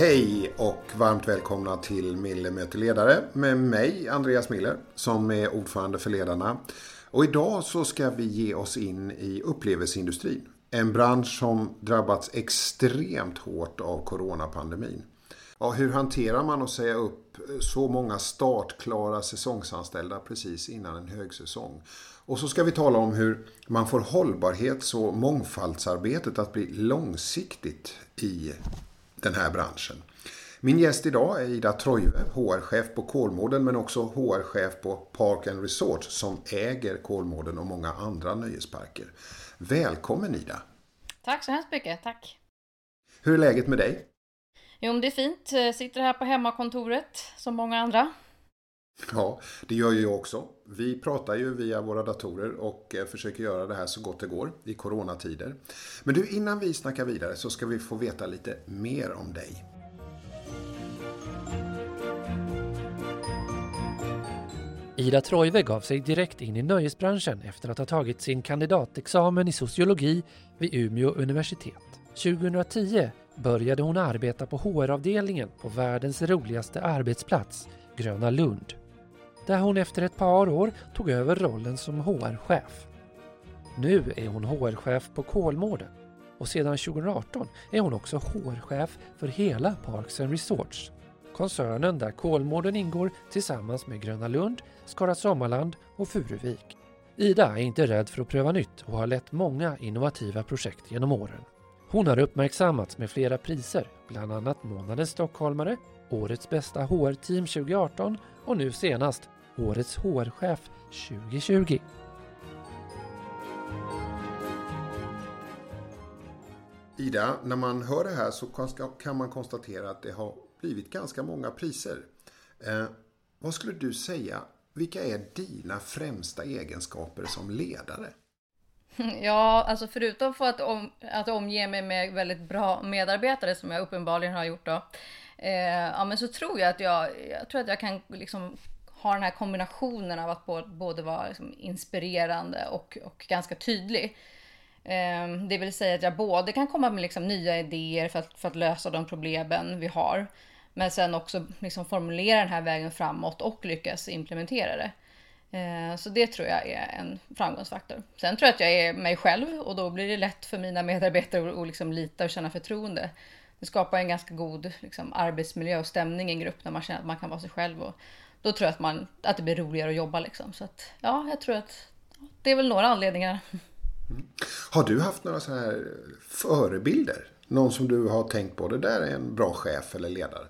Hej och varmt välkomna till Miller möter ledare med mig, Andreas Miller, som är ordförande för Ledarna. Och idag så ska vi ge oss in i upplevelseindustrin. En bransch som drabbats extremt hårt av coronapandemin. Ja, hur hanterar man att säga upp så många startklara säsongsanställda precis innan en högsäsong? Och så ska vi tala om hur man får hållbarhets- och mångfaldsarbetet att bli långsiktigt i den här branschen. Min gäst idag är Ida Troive, HR-chef på Kolmården men också HR-chef på Park & Resort som äger Kolmården och många andra nöjesparker. Välkommen Ida! Tack så hemskt mycket, tack! Hur är läget med dig? Jo, det är fint. Sitter här på hemmakontoret som många andra. Ja, det gör ju jag också. Vi pratar ju via våra datorer och försöker göra det här så gott det går i coronatider. Men du, innan vi snackar vidare så ska vi få veta lite mer om dig. Ida Troive gav sig direkt in i nöjesbranschen efter att ha tagit sin kandidatexamen i sociologi vid Umeå universitet. 2010 började hon arbeta på HR-avdelningen på världens roligaste arbetsplats, Gröna Lund, där hon efter ett par år tog över rollen som HR-chef. Nu är hon HR-chef på Kolmården och sedan 2018 är hon också HR-chef för hela Parks & Resorts, koncernen där Kolmården ingår tillsammans med Gröna Lund, Skara Sommarland och Furuvik. Ida är inte rädd för att pröva nytt och har lett många innovativa projekt genom åren. Hon har uppmärksammats med flera priser, bland annat månadens stockholmare, årets bästa HR-team 2018 och nu senast årets HR-chef 2020. Ida, när man hör det här så kan man konstatera att det har blivit ganska många priser. Vad skulle du säga, vilka är dina främsta egenskaper som ledare? Ja, alltså förutom för att omge mig med väldigt bra medarbetare som jag uppenbarligen har gjort då. Men så tror jag att jag kan liksom ha den här kombinationen av att både vara liksom inspirerande och ganska tydlig. Det vill säga att jag både kan komma med liksom nya idéer för att lösa de problemen vi har. Men sen också liksom formulera den här vägen framåt och lyckas implementera det. Så det tror jag är en framgångsfaktor. Sen tror jag att jag är mig själv och då blir det lätt för mina medarbetare att liksom lita och känna förtroende. Det skapar en ganska god liksom arbetsmiljö och stämning i en grupp när man känner att man kan vara sig själv. Och då tror jag att det blir roligare att jobba. Liksom. Så att, ja, jag tror att det är väl några anledningar. Mm. Har du haft några sådana här förebilder? Någon som du har tänkt på, det där är en bra chef eller ledare?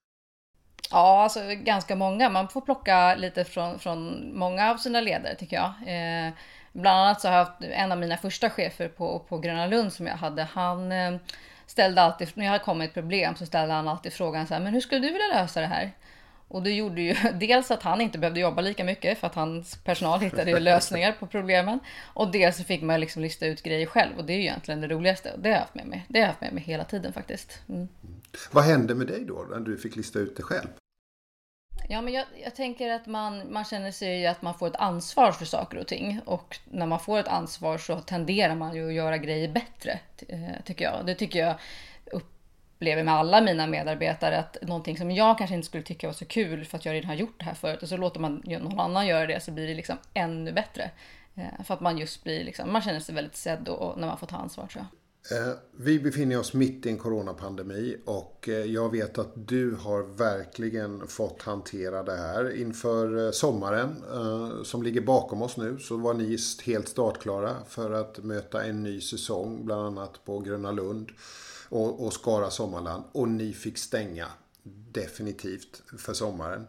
Ja, alltså ganska många. Man får plocka lite från många av sina ledare tycker jag. Bland annat så har jag haft en av mina första chefer på Gröna Lund som jag hade. Han ställde alltid, när jag hade kommit ett problem så ställde han alltid frågan så här, men hur skulle du vilja lösa det här? Och det gjorde ju dels att han inte behövde jobba lika mycket för att hans personal hittade ju lösningar på problemen. Och dels så fick man liksom lista ut grejer själv och det är ju egentligen det roligaste. Och det har jag haft med mig. Det har jag haft med mig hela tiden faktiskt. Mm. Vad hände med dig då när du fick lista ut det själv? Ja, men jag tänker att man känner sig att man får ett ansvar för saker och ting. Och när man får ett ansvar så tenderar man ju att göra grejer bättre, tycker jag. Det tycker jag upplever med alla mina medarbetare. Att någonting som jag kanske inte skulle tycka var så kul för att jag redan har gjort det här förut. Och så låter man någon annan göra det så blir det liksom ännu bättre. För att man just blir liksom, man känner sig väldigt sedd och när man får ta ansvar tror jag. Vi befinner oss mitt i en coronapandemi och jag vet att du har verkligen fått hantera det här. Inför sommaren som ligger bakom oss nu så var ni helt startklara för att möta en ny säsong, bland annat på Gröna Lund och Skara Sommarland. Och ni fick stänga definitivt för sommaren.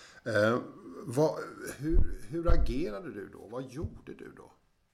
Hur agerade du då? Vad gjorde du då?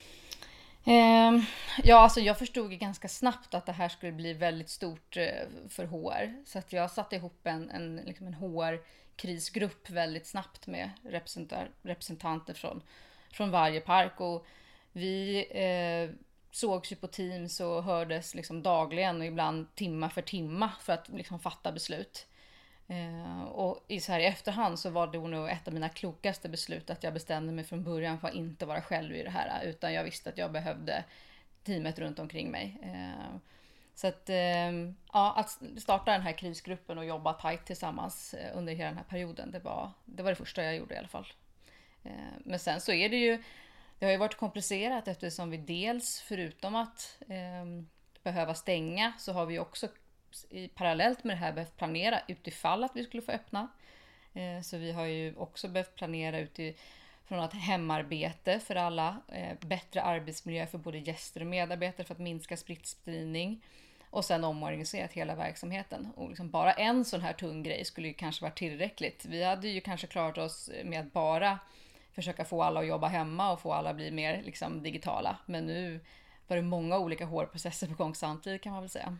Ja, alltså jag förstod ju ganska snabbt att det här skulle bli väldigt stort för HR. Så att jag satte ihop en HR-krisgrupp väldigt snabbt med representanter från varje park. Och vi sågs ju på Teams och hördes liksom dagligen och ibland timma för timma för att liksom fatta beslut. Och så här i efterhand så var det nog ett av mina klokaste beslut att jag bestämde mig från början för att inte vara själv i det här, utan jag visste att jag behövde teamet runt omkring mig. Så att, att starta den här krisgruppen och jobba tajt tillsammans under hela den här perioden, det var det första jag gjorde i alla fall. Men sen så är det har ju varit komplicerat eftersom vi dels, förutom att behöva stänga, så har vi också parallellt med det här behövt planera utifall att vi skulle få öppna. Så vi har ju också behövt planera utifrån att hemarbete för alla, bättre arbetsmiljö för både gäster och medarbetare för att minska smittspridning, och sen omorganiserat hela verksamheten. Och liksom bara en sån här tung grej skulle ju kanske vara tillräckligt. Vi hade ju kanske klarat oss med att bara försöka få alla att jobba hemma och få alla att bli mer liksom digitala. Men nu var det många olika HR-processer på gång samtidigt, kan man väl säga.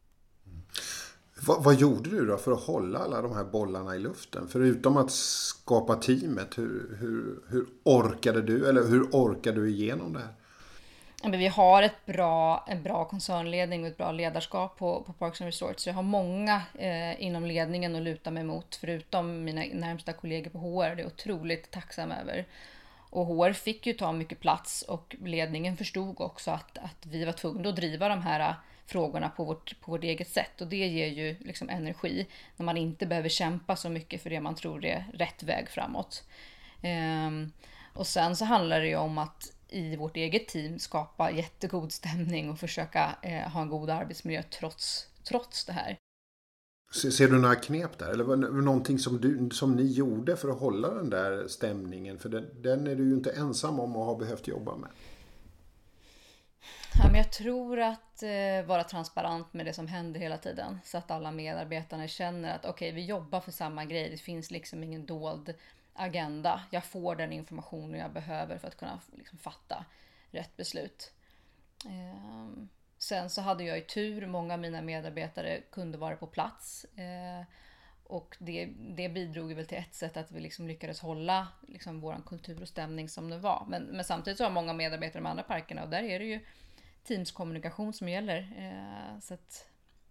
Vad gjorde du då för att hålla alla de här bollarna i luften? Förutom att skapa teamet, hur orkade du, eller hur orkade du igenom det här? Men vi har en bra koncernledning och ett bra ledarskap på Parks and Resorts. Så jag har många inom ledningen att luta mig mot, förutom mina närmsta kollegor på HR. Det är otroligt tacksam över. Och HR fick ju ta mycket plats, och ledningen förstod också att vi var tvungna att driva de här frågorna på vårt eget sätt. Och det ger ju liksom energi när man inte behöver kämpa så mycket för det man tror är rätt väg framåt. Och sen så handlar det ju om att i vårt eget team skapa jättegod stämning och försöka ha en god arbetsmiljö trots det här. Ser du några knep där? Eller var det någonting som ni gjorde för att hålla den där stämningen? För den är du ju inte ensam om att ha behövt jobba med. Ja, men jag tror att vara transparent med det som händer hela tiden. Så att alla medarbetarna känner att okej, vi jobbar för samma grej. Det finns liksom ingen dold agenda. Jag får den informationen jag behöver för att kunna liksom fatta rätt beslut. Sen så hade jag ju tur. Många av mina medarbetare kunde vara på plats. Och det bidrog väl till ett sätt att vi liksom lyckades hålla liksom vår kultur och stämning som det var. Men samtidigt så har många medarbetare med andra parkerna, och där är det ju teamskommunikation som gäller. Så att,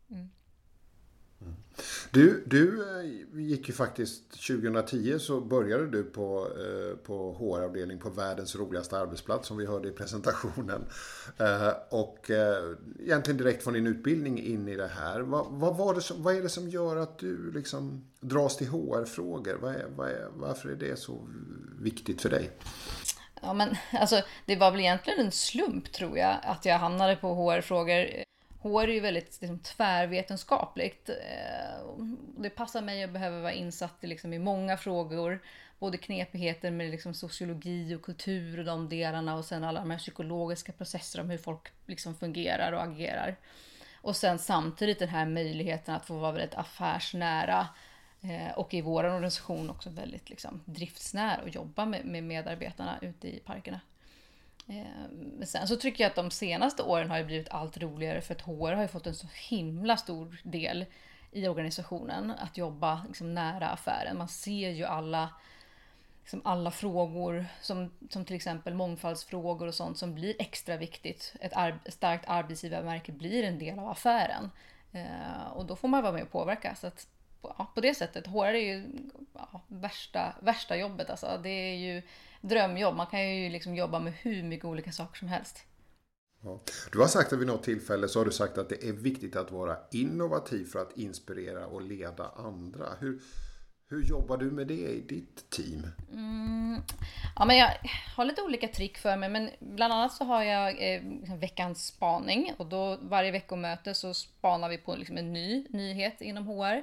Du gick ju faktiskt 2010, så började du på HR-avdelning på världens roligaste arbetsplats, som vi hörde i presentationen. Och egentligen direkt från din utbildning in i det här. Vad är det som gör att du liksom dras till HR-frågor? Varför är det så viktigt för dig? Ja, men alltså, det var väl egentligen en slump, tror jag, att jag hamnade på HR-frågor. HR är ju väldigt liksom, tvärvetenskapligt. Det passar mig att behöva vara insatt i många frågor. Både knepigheter med liksom, sociologi och kultur och de delarna. Och sen alla de här psykologiska processer om hur folk liksom, fungerar och agerar. Och sen samtidigt den här möjligheten att få vara väldigt affärsnära. Och i vår organisation också väldigt liksom, driftsnära och jobba med medarbetarna ute i parkerna. Men sen så tycker jag att de senaste åren har det blivit allt roligare, för att HR har ju fått en så himla stor del i organisationen att jobba liksom nära affären. Man ser ju alla frågor som till exempel mångfaldsfrågor och sånt som blir extra viktigt. Ett starkt arbetsgivarmärke blir en del av affären, och då får man vara med och påverka. Så att, på det sättet, HR är ju värsta jobbet. Alltså. Det är ju drömjobb. Man kan ju liksom jobba med hur mycket olika saker som helst. Ja. Du har sagt att vid något tillfälle så har du sagt att det är viktigt att vara innovativ för att inspirera och leda andra. Hur jobbar du med det i ditt team? Ja, men jag har lite olika trick för mig, men bland annat så har jag veckans spaning, och då varje veckomöte så spanar vi på liksom en ny nyhet inom HR.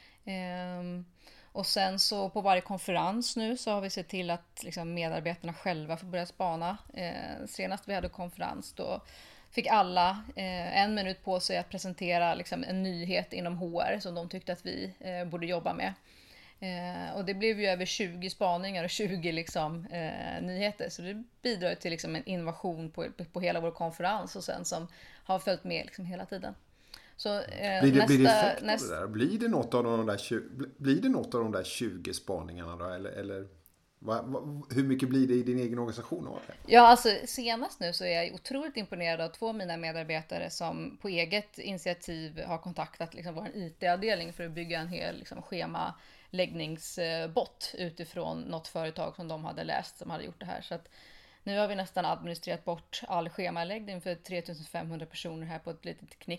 Och sen så på varje konferens nu så har vi sett till att liksom medarbetarna själva får börja spana. Senast vi hade konferens då fick alla 1 minut på sig att presentera liksom en nyhet inom HR som de tyckte att vi borde jobba med. Och det blev ju över 20 spaningar och 20 liksom, nyheter. Så det bidrar till liksom en innovation på hela vår konferens, och sen som har följt med liksom hela tiden. Så, blir det något av de där 20 spaningarna då? Eller hur mycket blir det i din egen organisation av det? Ja, alltså senast nu så är jag otroligt imponerad av 2 av mina medarbetare som på eget initiativ har kontaktat liksom vår IT-avdelning för att bygga en hel liksom, schemaläggningsbot utifrån något företag som de hade läst som hade gjort det här. Så att nu har vi nästan administrerat bort all schemaläggning för 3500 personer här på ett litet knick.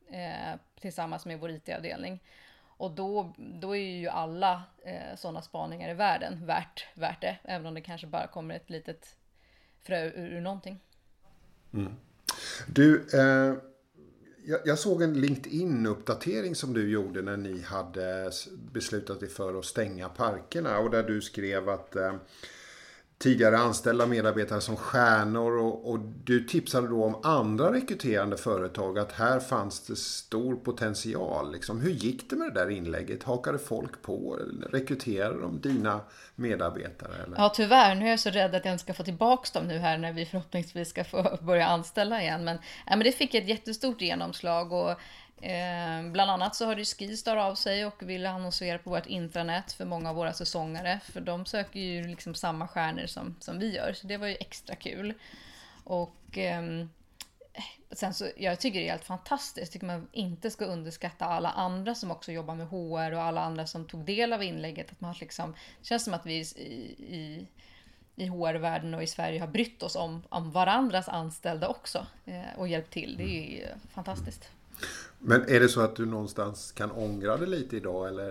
tillsammans med vår IT-avdelning. Och då är ju alla sådana spaningar i världen värt det. Även om det kanske bara kommer ett litet frö ur någonting. Mm. Du, jag såg en LinkedIn-uppdatering som du gjorde när ni hade beslutat er för att stänga parkerna. Och där du skrev att tidigare anställda medarbetare som stjärnor och du tipsade då om andra rekryterande företag att här fanns det stor potential. Liksom. Hur gick det med det där inlägget? Hakade folk på? Rekryterade de dina medarbetare? Eller? Ja, tyvärr. Nu är jag så rädd att jag inte ska få tillbaka dem nu här när vi förhoppningsvis ska få börja anställa igen. Men det fick ett jättestort genomslag och bland annat så har ju Skistar av sig och vill annonsera på vårt intranät för många av våra säsongare, för de söker ju liksom samma stjärnor som vi gör, så det var ju extra kul. Och sen så, jag tycker det är helt fantastiskt, jag tycker man inte ska underskatta alla andra som också jobbar med HR och alla andra som tog del av inlägget, att man liksom, det känns som att vi i HR-världen och i Sverige har brytt oss om varandras anställda också och hjälpt till, det är ju fantastiskt. Men är det så att du någonstans kan ångra det lite idag eller?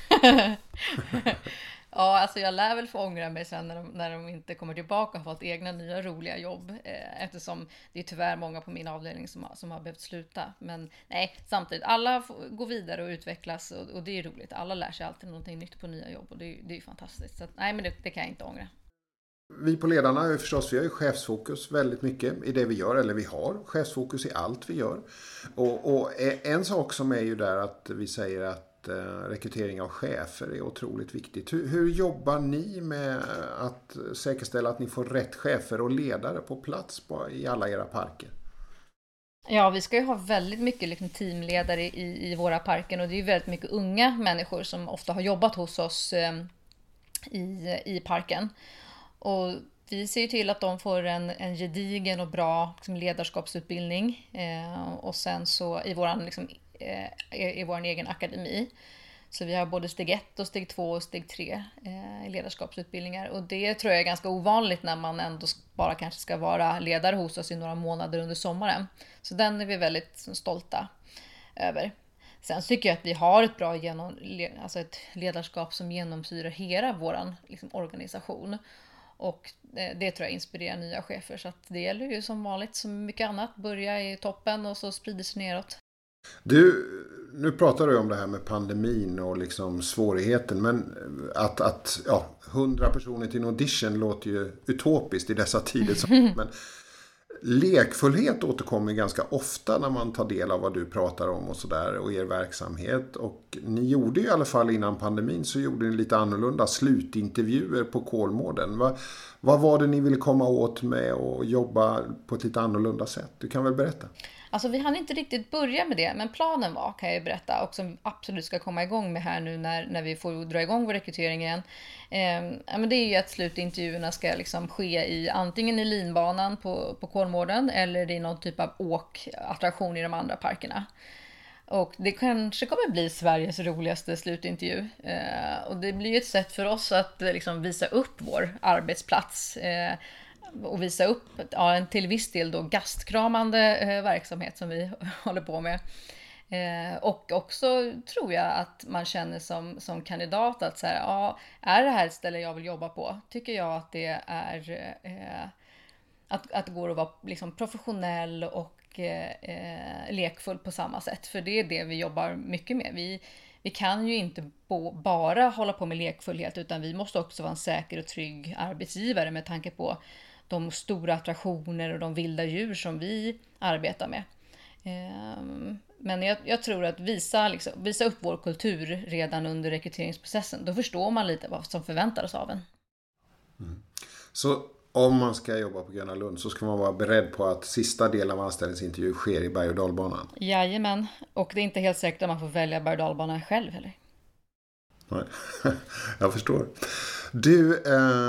Ja, alltså jag lär väl få ångra mig sen när de inte kommer tillbaka och har fått egna nya roliga jobb. Eftersom det är tyvärr många på min avdelning som har behövt sluta. Men nej, samtidigt, alla går vidare och utvecklas och det är roligt. Alla lär sig alltid någonting nytt på nya jobb och det är ju fantastiskt. Så att, nej, men det kan jag inte ångra. Vi på Ledarna är förstås, vi har ju chefsfokus väldigt mycket i det vi gör, eller vi har chefsfokus i allt vi gör. Och en sak som är ju där att vi säger att rekrytering av chefer är otroligt viktigt. Hur jobbar ni med att säkerställa att ni får rätt chefer och ledare på plats i alla era parker? Ja, vi ska ju ha väldigt mycket liksom teamledare i våra parker och det är ju väldigt mycket unga människor som ofta har jobbat hos oss i parken. Och vi ser ju till att de får en gedigen och bra liksom, ledarskapsutbildning och sen så i vår egen akademi. Så vi har både steg 1 och steg 2 och steg 3 ledarskapsutbildningar. Och det tror jag är ganska ovanligt när man ändå bara kanske ska vara ledare hos oss i några månader under sommaren. Så den är vi väldigt stolta över. Sen tycker jag att vi har ett bra ett ledarskap som genomsyrar hela vår liksom, organisation. Och det tror jag inspirerar nya chefer. Så att det gäller ju som vanligt som mycket annat. Börja i toppen och så sprider sig neråt. Du, nu pratar du om det här med pandemin och liksom svårigheten. Men att 100 personer till en audition låter ju utopiskt i dessa tider. Men lekfullhet återkommer ganska ofta när man tar del av vad du pratar om och sådär och er verksamhet. Och ni gjorde ju i alla fall innan pandemin så gjorde ni lite annorlunda slutintervjuer på Kolmården. Vad var det ni ville komma åt med och jobba på ett lite annorlunda sätt? Du kan väl berätta? Alltså vi hann inte riktigt börja med det, men planen var, kan jag berätta, och som absolut ska komma igång med här nu när vi får dra igång vår rekrytering igen. Men det är ju att slutintervjuerna ska liksom ske antingen i linbanan på Kolmården eller i någon typ av åkattraktion i de andra parkerna. Och det kanske kommer bli Sveriges roligaste slutintervju. Och det blir ju ett sätt för oss att liksom visa upp vår arbetsplats och visa upp en till viss del då gastkramande verksamhet som vi håller på med. Och också tror jag att man känner som kandidat att så här, är det här ett ställe jag vill jobba på? Tycker jag att det är att det går att vara liksom professionell och lekfull på samma sätt. För det är det vi jobbar mycket med. Vi kan ju inte bara hålla på med lekfullhet, utan vi måste också vara en säker och trygg arbetsgivare med tanke på de stora attraktioner och de vilda djur som vi arbetar med. Men jag tror att visa upp vår kultur redan under rekryteringsprocessen, då förstår man lite vad som förväntas av en. Mm. Så om man ska jobba på Gröna Lund så ska man vara beredd på att sista delen av anställningsintervju sker i berg- och dalbanan? Jajamän, och det är inte helt säkert att man får välja berg- och dalbanan själv heller. Nej, jag förstår. Du,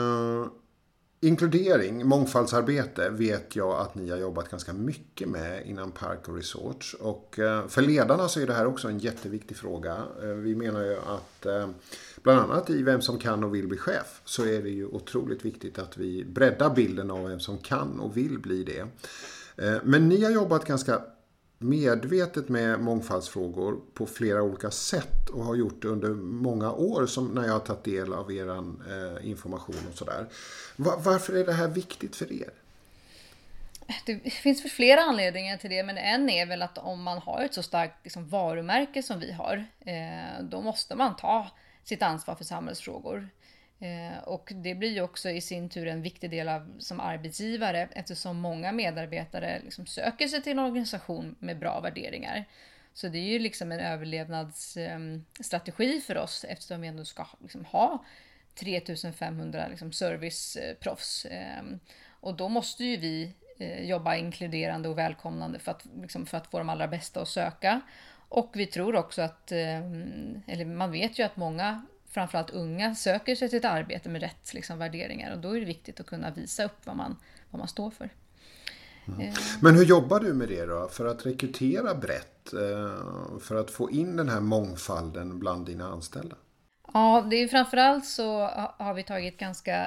inkludering, mångfaldsarbete vet jag att ni har jobbat ganska mycket med inom Park och Resorts. Och för ledarna så är det här också en jätteviktig fråga. Vi menar ju att bland annat i Vem som kan och vill bli chef så är det ju otroligt viktigt att vi breddar bilden av vem som kan och vill bli det. Men ni har jobbat ganska medvetet med mångfaldsfrågor på flera olika sätt och har gjort det under många år som när jag har tagit del av er information och sådär. Varför är det här viktigt för er? Det finns för flera anledningar till det, men en är väl att om man har ett så starkt liksom, varumärke som vi har, då måste man ta sitt ansvar för samhällsfrågor. Och det blir ju också i sin tur en viktig del av som arbetsgivare, eftersom många medarbetare liksom söker sig till en organisation med bra värderingar. Så det är ju liksom en överlevnadsstrategi för oss, eftersom vi ändå ska liksom ha 3500 liksom serviceproffs. Och då måste ju vi jobba inkluderande och välkomnande för att få de allra bästa att söka. Och vi tror också att, eller man vet ju att många, framförallt unga, söker sig till ett arbete med rätt liksom, värderingar. Och då är det viktigt att kunna visa upp vad man står för. Men hur jobbar du med det då? För att rekrytera brett? För att få in den här mångfalden bland dina anställda? Ja, det är framförallt så har vi tagit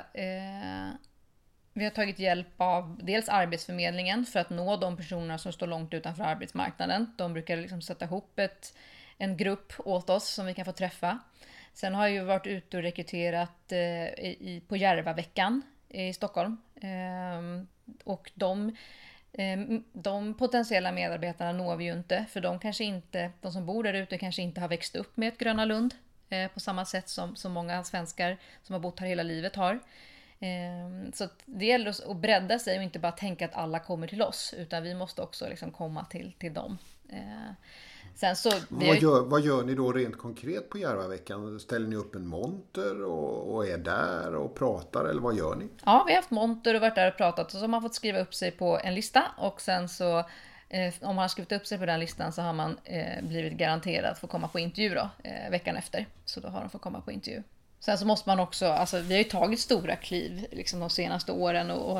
vi har tagit hjälp av dels Arbetsförmedlingen för att nå de personer som står långt utanför arbetsmarknaden. De brukar liksom sätta ihop en grupp åt oss som vi kan få träffa. Sen har jag ju varit ute och rekryterat på Järvaveckan i Stockholm. Och de potentiella medarbetarna når vi ju inte. För de som bor där ute kanske inte har växt upp med ett Gröna Lund. På samma sätt som många svenskar som har bott här hela livet har. Så det gäller att bredda sig och inte bara tänka att alla kommer till oss. Utan vi måste också liksom komma till dem. Sen så, vad gör ni då rent konkret på Järvaveckan? Ställer ni upp en monter och är där och pratar, eller vad gör ni? Ja, vi har haft monter och varit där och pratat, och så har man fått skriva upp sig på en lista, och sen så om man har skrivit upp sig på den listan så har man blivit garanterad att få komma på intervju då, veckan efter. Så då har de fått komma på intervju. Sen så måste man också, alltså vi har ju tagit stora kliv liksom de senaste åren och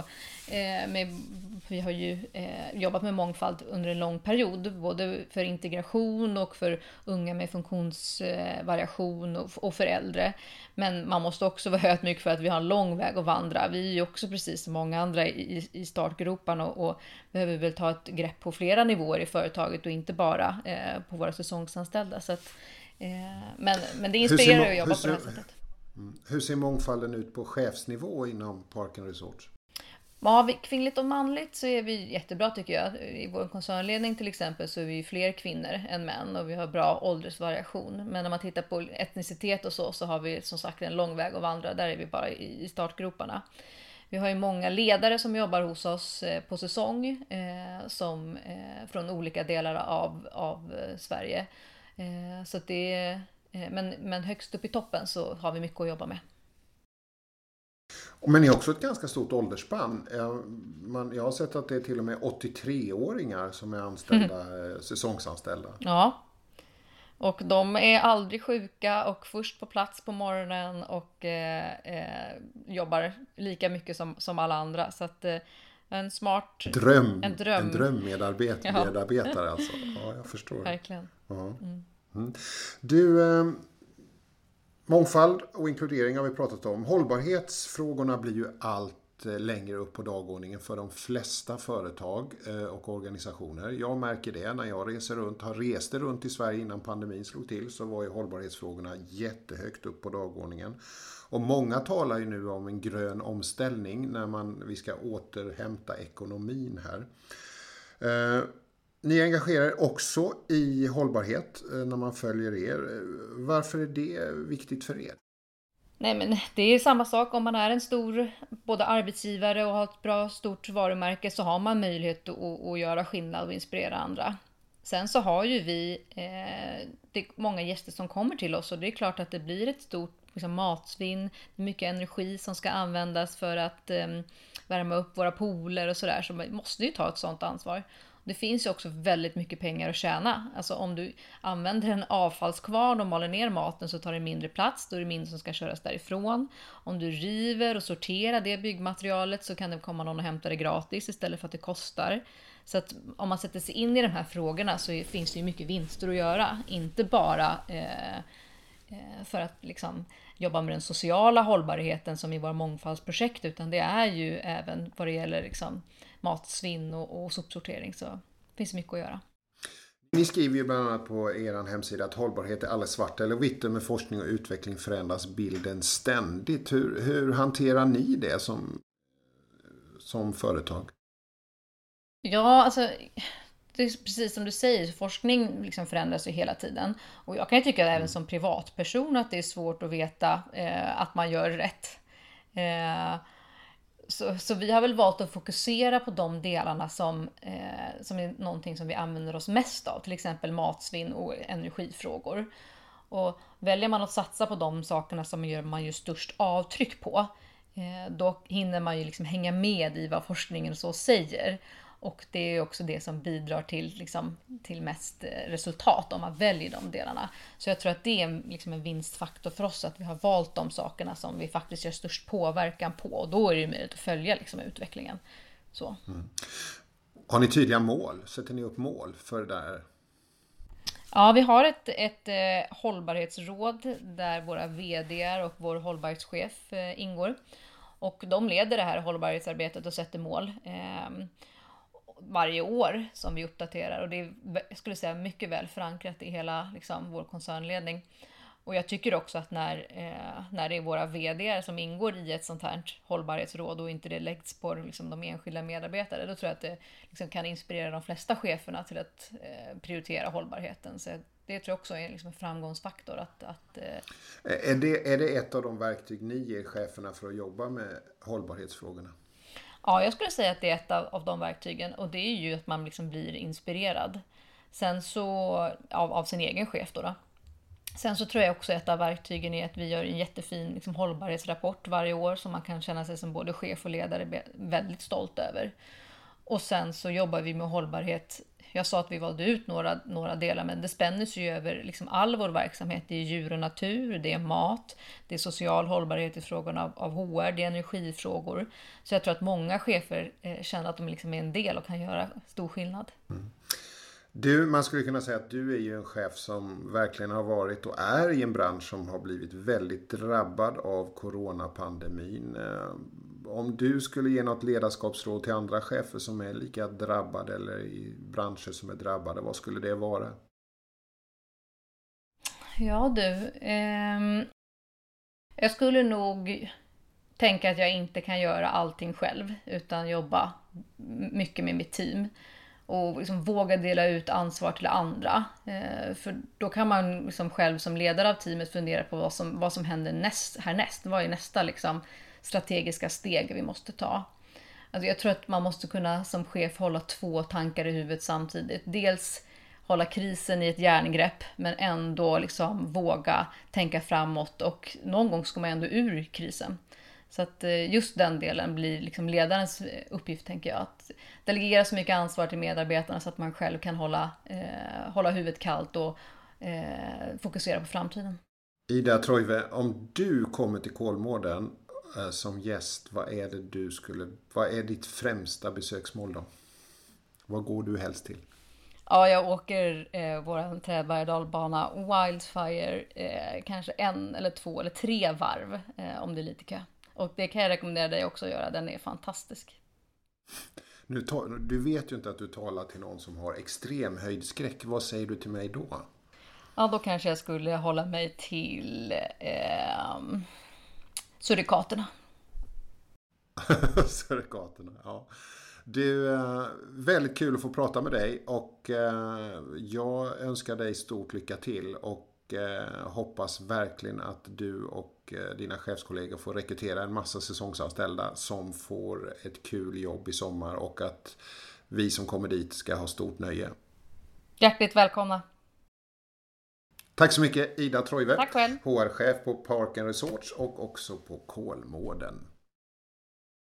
vi har ju jobbat med mångfald under en lång period, både för integration och för unga med funktionsvariation och för äldre. Men man måste också vara ödmjuk för att vi har en lång väg att vandra. Vi är ju också precis som många andra i startgroparna och behöver väl ta ett grepp på flera nivåer i företaget och inte bara på våra säsongsanställda. Så att, men det inspirerar att jobba på det här sättet. Hur ser mångfalden ut på chefsnivå inom Park & Resorts? Ja, kvinnligt och manligt så är vi jättebra tycker jag. I vår koncernledning till exempel så är vi fler kvinnor än män och vi har bra åldersvariation. Men när man tittar på etnicitet och så har vi som sagt en lång väg att vandra. Där är vi bara i startgroparna. Vi har ju många ledare som jobbar hos oss på säsong som från olika delar av Sverige. Så att det är... Men högst upp i toppen så har vi mycket att jobba med. Men ni har också ett ganska stort åldersspann. Jag har sett att det är till och med 83-åringar som är anställda, säsongsanställda. Ja, och de är aldrig sjuka och först på plats på morgonen och jobbar lika mycket som alla andra. Så att en smart... En drömmedarbetare alltså. Ja, jag förstår. Verkligen. Ja. Du, mångfald och inkludering har vi pratat om. Hållbarhetsfrågorna blir ju allt längre upp på dagordningen för de flesta företag och organisationer. Jag märker det när jag reste runt i Sverige innan pandemin slog till, så var ju hållbarhetsfrågorna jättehögt upp på dagordningen. Och många talar ju nu om en grön omställning när vi ska återhämta ekonomin här. Ni engagerar er också i hållbarhet när man följer er. Varför är det viktigt för er? Nej, men det är samma sak om man är en stor både arbetsgivare och har ett bra stort varumärke, så har man möjlighet att göra skillnad och inspirera andra. Sen så har ju vi det är många gäster som kommer till oss, och det är klart att det blir ett stort liksom, matsvinn, mycket energi som ska användas för att värma upp våra pooler och sådär, så man måste ju ta ett sådant ansvar. Det finns ju också väldigt mycket pengar att tjäna. Alltså om du använder en avfallskvarn och maler ner maten så tar det mindre plats. Då är det mindre som ska köras därifrån. Om du river och sorterar det byggmaterialet så kan det komma någon och hämta det gratis istället för att det kostar. Så att om man sätter sig in i de här frågorna så finns det ju mycket vinster att göra. Inte bara för att liksom jobba med den sociala hållbarheten som i våra mångfaldsprojekt, utan det är ju även vad det gäller liksom matsvinn och sopsortering, så det finns mycket att göra. Ni skriver ju bland annat på er hemsida att hållbarhet är alldeles svart eller vitt, med forskning och utveckling förändras bilden ständigt. Hur hanterar ni det som företag? Ja, alltså det är precis som du säger, forskning liksom förändras ju hela tiden. Och jag kan ju tycka även som privatperson att det är svårt att veta att man gör rätt. Så vi har väl valt att fokusera på de delarna som är någonting som vi använder oss mest av. Till exempel matsvinn och energifrågor. Och väljer man att satsa på de sakerna som gör man ju störst avtryck på, då hinner man ju liksom hänga med i vad forskningen så säger. Och det är också det som bidrar till mest resultat om man väljer de delarna. Så jag tror att det är liksom en vinstfaktor för oss att vi har valt de sakerna som vi faktiskt gör störst påverkan på. Och då är det ju möjligt att följa liksom utvecklingen. Så. Mm. Har ni tydliga mål? Sätter ni upp mål för det där? Ja, vi har ett hållbarhetsråd där våra vd:ar och vår hållbarhetschef ingår. Och de leder det här hållbarhetsarbetet och sätter mål varje år som vi uppdaterar, och det är, jag skulle säga, mycket väl förankrat i hela liksom, vår koncernledning. Och jag tycker också att när det är våra vd:ar som ingår i ett sånt här hållbarhetsråd och inte det läggs på liksom, de enskilda medarbetare, då tror jag att det liksom, kan inspirera de flesta cheferna till att prioritera hållbarheten. Så det tror jag också är liksom en framgångsfaktor. Är det ett av de verktyg ni ger cheferna för att jobba med hållbarhetsfrågorna? Ja, jag skulle säga att det är ett av de verktygen, och det är ju att man liksom blir inspirerad. Sen så, av sin egen chef då. Sen så tror jag också att ett av verktygen är att vi gör en jättefin liksom, hållbarhetsrapport varje år som man kan känna sig som både chef och ledare väldigt stolt över. Och sen så jobbar vi med hållbarhet. Jag sa att vi valde ut några delar, men det spänner sig ju över liksom all vår verksamhet. Det är djur och natur, det är mat, det är social hållbarhet i frågorna av HR, det är energifrågor. Så jag tror att många chefer känner att de liksom är en del och kan göra stor skillnad. Mm. Man skulle kunna säga att du är ju en chef som verkligen har varit och är i en bransch som har blivit väldigt drabbad av coronapandemin. Om du skulle ge något ledarskapsråd till andra chefer som är lika drabbade eller i branscher som är drabbade, vad skulle det vara? Ja du, jag skulle nog tänka att jag inte kan göra allting själv utan jobba mycket med mitt team. Och liksom våga dela ut ansvar till andra. För då kan man liksom själv som ledare av teamet fundera på vad som händer härnäst. Vad är nästa liksom strategiska steg vi måste ta? Alltså jag tror att man måste kunna som chef hålla 2 tankar i huvudet samtidigt. Dels hålla krisen i ett järngrepp, men ändå liksom våga tänka framåt. Och någon gång ska man ändå ur krisen. Så att just den delen blir liksom ledarens uppgift, tänker jag. Att delegera så mycket ansvar till medarbetarna så att man själv kan hålla huvudet kallt och fokusera på framtiden. Ida Troive, om du kommer till Kolmården som gäst, vad är ditt främsta besöksmål då? Vad går du helst till? Ja, jag åker vår träberg- och dalbana Wildfire kanske 1 eller 2 eller 3 varv om det är lite kö. Och det kan jag rekommendera dig också att göra. Den är fantastisk. Du vet ju inte att du talar till någon som har extrem höjdskräck. Vad säger du till mig då? Ja, då kanske jag skulle hålla mig till surikaterna. Surikaterna, ja. Du, väldigt kul att få prata med dig. Och jag önskar dig stort lycka till. Och hoppas verkligen att du och dina chefskollegor får rekrytera en massa säsongsanställda som får ett kul jobb i sommar och att vi som kommer dit ska ha stort nöje. Hjärtligt välkomna. Tack så mycket Ida Troive. Tack själv. HR-chef på Park & Resorts och också på Kolmården.